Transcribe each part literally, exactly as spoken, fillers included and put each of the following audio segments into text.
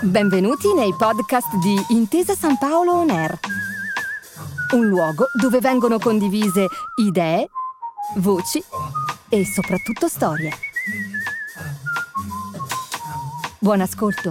Benvenuti nei podcast di Intesa San Paolo On Air, un luogo dove vengono condivise idee, voci e soprattutto storie. Buon ascolto.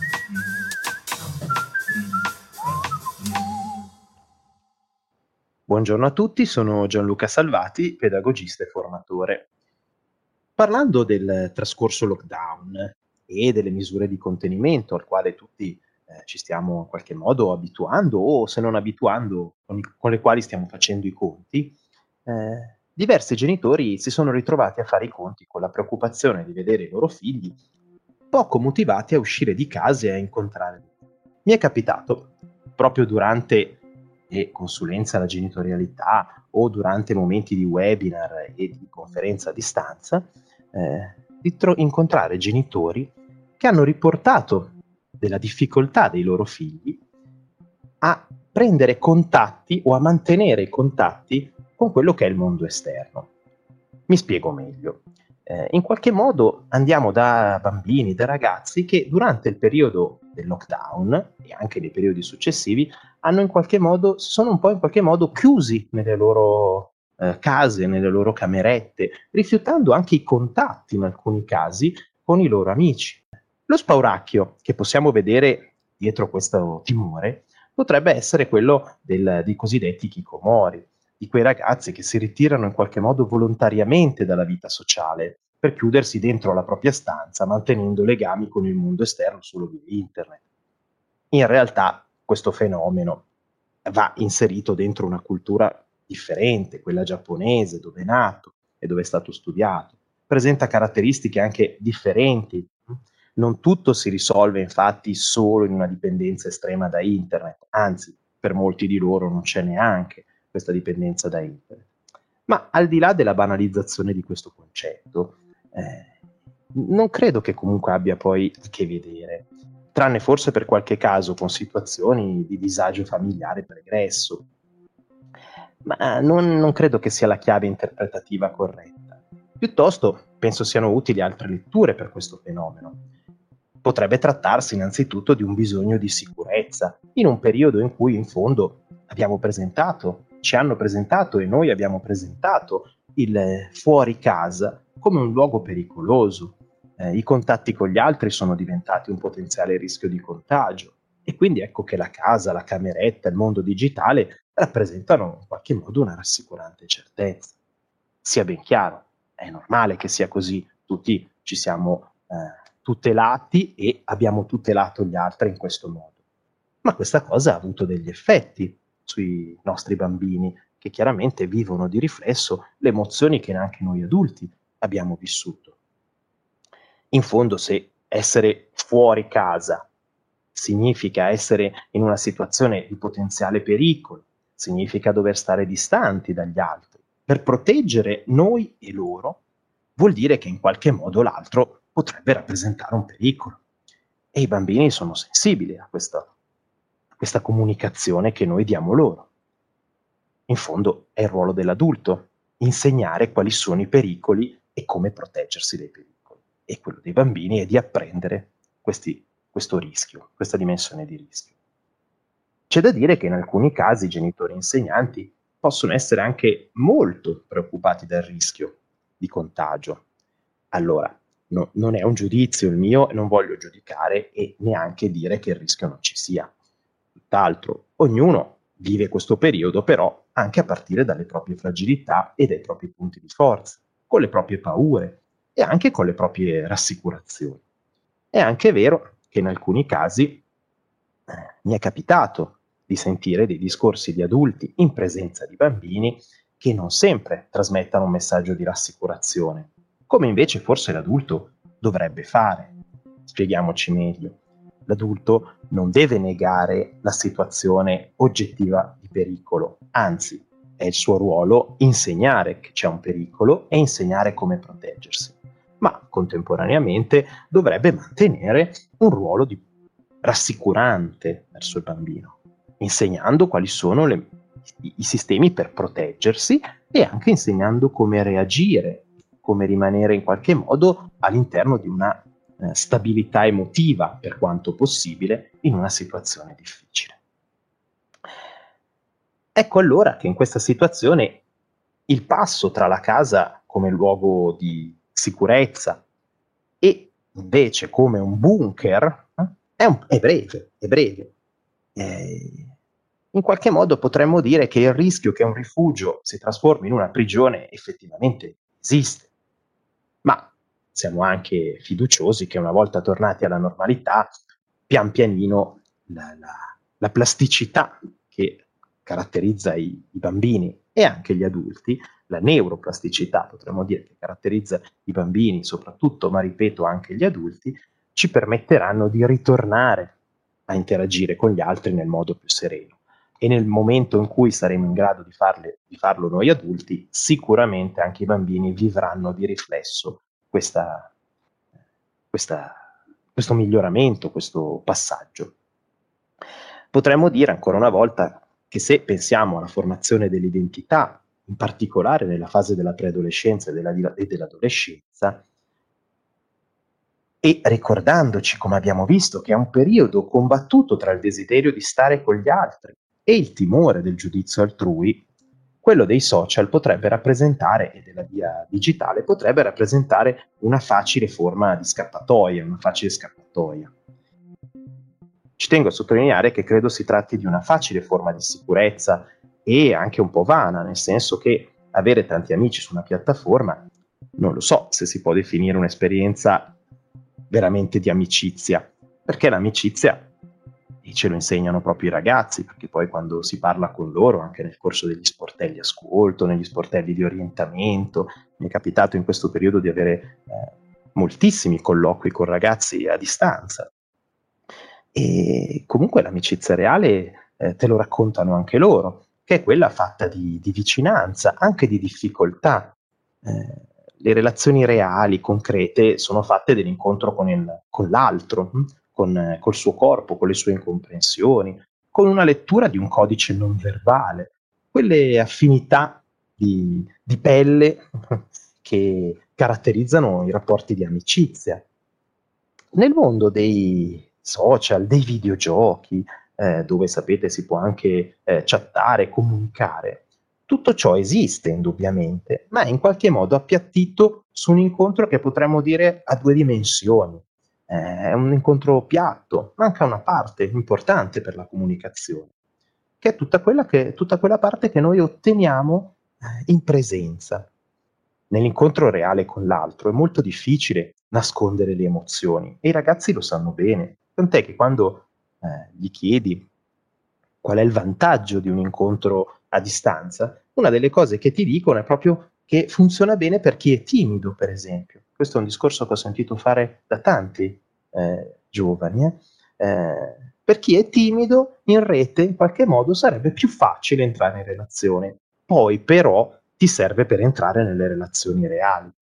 Buongiorno a tutti, sono Gianluca Salvati, pedagogista e formatore. Parlando del trascorso lockdown e delle misure di contenimento al quale tutti eh, ci stiamo in qualche modo abituando o se non abituando, con, i- con le quali stiamo facendo i conti, eh, diversi genitori si sono ritrovati a fare i conti con la preoccupazione di vedere i loro figli poco motivati a uscire di casa e a incontrare. Mi è capitato proprio durante le consulenze alla genitorialità o durante momenti di webinar e di conferenza a distanza eh, di tro- incontrare genitori che hanno riportato della difficoltà dei loro figli a prendere contatti o a mantenere i contatti con quello che è il mondo esterno. Mi spiego meglio. Eh, in qualche modo andiamo da bambini, da ragazzi che durante il periodo del lockdown e anche nei periodi successivi hanno in qualche modo, sono un po' in qualche modo chiusi nelle loro eh, case, nelle loro camerette, rifiutando anche i contatti in alcuni casi con i loro amici. Lo spauracchio che possiamo vedere dietro questo timore potrebbe essere quello del, dei cosiddetti hikikomori, di quei ragazzi che si ritirano in qualche modo volontariamente dalla vita sociale per chiudersi dentro la propria stanza, mantenendo legami con il mondo esterno solo via internet. In realtà questo fenomeno va inserito dentro una cultura differente, quella giapponese, dove è nato e dove è stato studiato. Presenta caratteristiche anche differenti. Non tutto si risolve infatti solo in una dipendenza estrema da internet, anzi, per molti di loro non c'è neanche questa dipendenza da internet. Ma al di là della banalizzazione di questo concetto, eh, non credo che comunque abbia poi a che vedere, tranne forse per qualche caso con situazioni di disagio familiare pregresso. Ma non, non credo che sia la chiave interpretativa corretta. Piuttosto penso siano utili altre letture per questo fenomeno. Potrebbe trattarsi innanzitutto di un bisogno di sicurezza, in un periodo in cui in fondo abbiamo presentato, ci hanno presentato e noi abbiamo presentato il fuori casa come un luogo pericoloso. Eh, I contatti con gli altri sono diventati un potenziale rischio di contagio e quindi ecco che la casa, la cameretta, il mondo digitale rappresentano in qualche modo una rassicurante certezza. Sia ben chiaro, è normale che sia così, tutti ci siamo eh, tutelati e abbiamo tutelato gli altri in questo modo. Ma questa cosa ha avuto degli effetti sui nostri bambini, che chiaramente vivono di riflesso le emozioni che neanche noi adulti abbiamo vissuto. In fondo, se essere fuori casa significa essere in una situazione di potenziale pericolo, significa dover stare distanti dagli altri per proteggere noi e loro, vuol dire che in qualche modo l'altro potrebbe rappresentare un pericolo. E i bambini sono sensibili a questa, a questa comunicazione che noi diamo loro. In fondo è il ruolo dell'adulto, insegnare quali sono i pericoli e come proteggersi dai pericoli. E quello dei bambini è di apprendere questi, questo rischio, questa dimensione di rischio. C'è da dire che in alcuni casi i genitori e insegnanti possono essere anche molto preoccupati dal rischio di contagio. Allora, no, non è un giudizio il mio, non voglio giudicare e neanche dire che il rischio non ci sia. Tutt'altro, ognuno vive questo periodo però anche a partire dalle proprie fragilità e dai propri punti di forza, con le proprie paure e anche con le proprie rassicurazioni. È anche vero che in alcuni casi eh, mi è capitato di sentire dei discorsi di adulti in presenza di bambini che non sempre trasmettano un messaggio di rassicurazione, come invece forse l'adulto dovrebbe fare. Spieghiamoci meglio. L'adulto non deve negare la situazione oggettiva di pericolo, anzi è il suo ruolo insegnare che c'è un pericolo e insegnare come proteggersi, ma contemporaneamente dovrebbe mantenere un ruolo di rassicurante verso il bambino, insegnando quali sono le, i, i sistemi per proteggersi e anche insegnando come reagire, come rimanere in qualche modo all'interno di una eh, stabilità emotiva per quanto possibile in una situazione difficile. Ecco allora che in questa situazione il passo tra la casa come luogo di sicurezza e invece come un bunker eh, è, un, è breve, è breve. Eh, in qualche modo potremmo dire che il rischio che un rifugio si trasformi in una prigione effettivamente esiste, ma siamo anche fiduciosi che una volta tornati alla normalità, pian pianino la, la, la plasticità che caratterizza i, i bambini e anche gli adulti, la neuroplasticità potremmo dire che caratterizza i bambini soprattutto, ma ripeto anche gli adulti, ci permetteranno di ritornare a interagire con gli altri nel modo più sereno. E nel momento in cui saremo in grado di, farle, di farlo noi adulti, sicuramente anche i bambini vivranno di riflesso questa, questa, questo miglioramento, questo passaggio. Potremmo dire ancora una volta che se pensiamo alla formazione dell'identità, in particolare nella fase della preadolescenza e, della, e dell'adolescenza, e ricordandoci, come abbiamo visto, che è un periodo combattuto tra il desiderio di stare con gli altri e il timore del giudizio altrui, quello dei social potrebbe rappresentare, e della via digitale, potrebbe rappresentare una facile forma di scappatoia, una facile scappatoia. Ci tengo a sottolineare che credo si tratti di una facile forma di sicurezza e anche un po' vana, nel senso che avere tanti amici su una piattaforma, non lo so se si può definire un'esperienza veramente di amicizia, perché l'amicizia, e ce lo insegnano proprio i ragazzi, perché poi quando si parla con loro, anche nel corso degli sportelli ascolto, negli sportelli di orientamento, mi è capitato in questo periodo di avere eh, moltissimi colloqui con ragazzi a distanza, e comunque l'amicizia reale eh, te lo raccontano anche loro, che è quella fatta di, di vicinanza, anche di difficoltà. Eh, le relazioni reali, concrete, sono fatte dell'incontro con, il, con l'altro, con col suo corpo, con le sue incomprensioni, con una lettura di un codice non verbale, quelle affinità di, di pelle che caratterizzano i rapporti di amicizia. Nel mondo dei social, dei videogiochi, eh, dove sapete si può anche eh, chattare, comunicare, tutto ciò esiste indubbiamente, ma è in qualche modo appiattito su un incontro che potremmo dire a due dimensioni. Eh, è un incontro piatto, manca una parte importante per la comunicazione, che è tutta quella, che, tutta quella parte che noi otteniamo eh, in presenza. Nell'incontro reale con l'altro è molto difficile nascondere le emozioni e i ragazzi lo sanno bene, tant'è che quando eh, gli chiedi qual è il vantaggio di un incontro a distanza, una delle cose che ti dicono è proprio che funziona bene per chi è timido, per esempio. Questo è un discorso che ho sentito fare da tanti eh, giovani. Eh. Eh, per chi è timido, in rete in qualche modo sarebbe più facile entrare in relazione. Poi però ti serve per entrare nelle relazioni reali.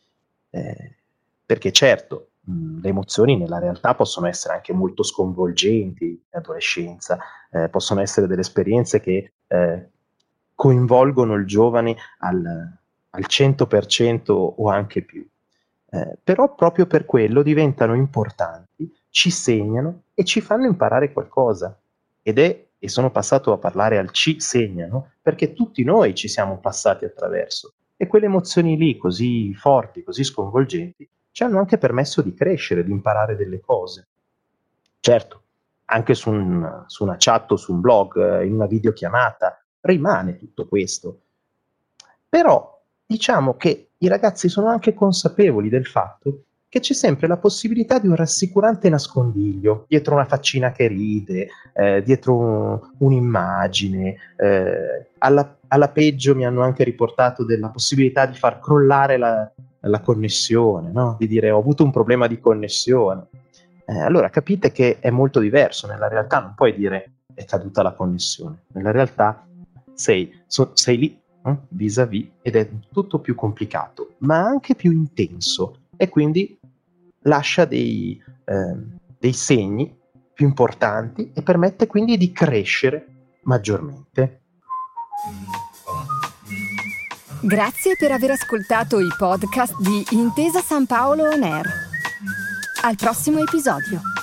Eh, perché certo, mh, le emozioni nella realtà possono essere anche molto sconvolgenti in adolescenza, eh, possono essere delle esperienze che eh, coinvolgono il giovane al, al cento per cento o anche più. Eh, però proprio per quello diventano importanti, ci segnano e ci fanno imparare qualcosa. Ed è, e sono passato a parlare al ci segnano, perché tutti noi ci siamo passati attraverso. E quelle emozioni lì, così forti, così sconvolgenti, ci hanno anche permesso di crescere, di imparare delle cose. Certo, anche su, un, su una chat o su un blog, in una videochiamata, rimane tutto questo. Però diciamo che i ragazzi sono anche consapevoli del fatto che c'è sempre la possibilità di un rassicurante nascondiglio, dietro una faccina che ride, eh, dietro un, un'immagine. Eh, alla, alla peggio mi hanno anche riportato della possibilità di far crollare la, la connessione, no? Di dire ho avuto un problema di connessione. Eh, allora capite che è molto diverso, nella realtà non puoi dire è caduta la connessione, nella realtà sei, so, sei lì eh, vis-à-vis ed è tutto più complicato, ma anche più intenso e quindi lascia dei, eh, dei segni più importanti e permette quindi di crescere maggiormente. Grazie per aver ascoltato i podcast di Intesa San Paolo On Air. Al prossimo episodio.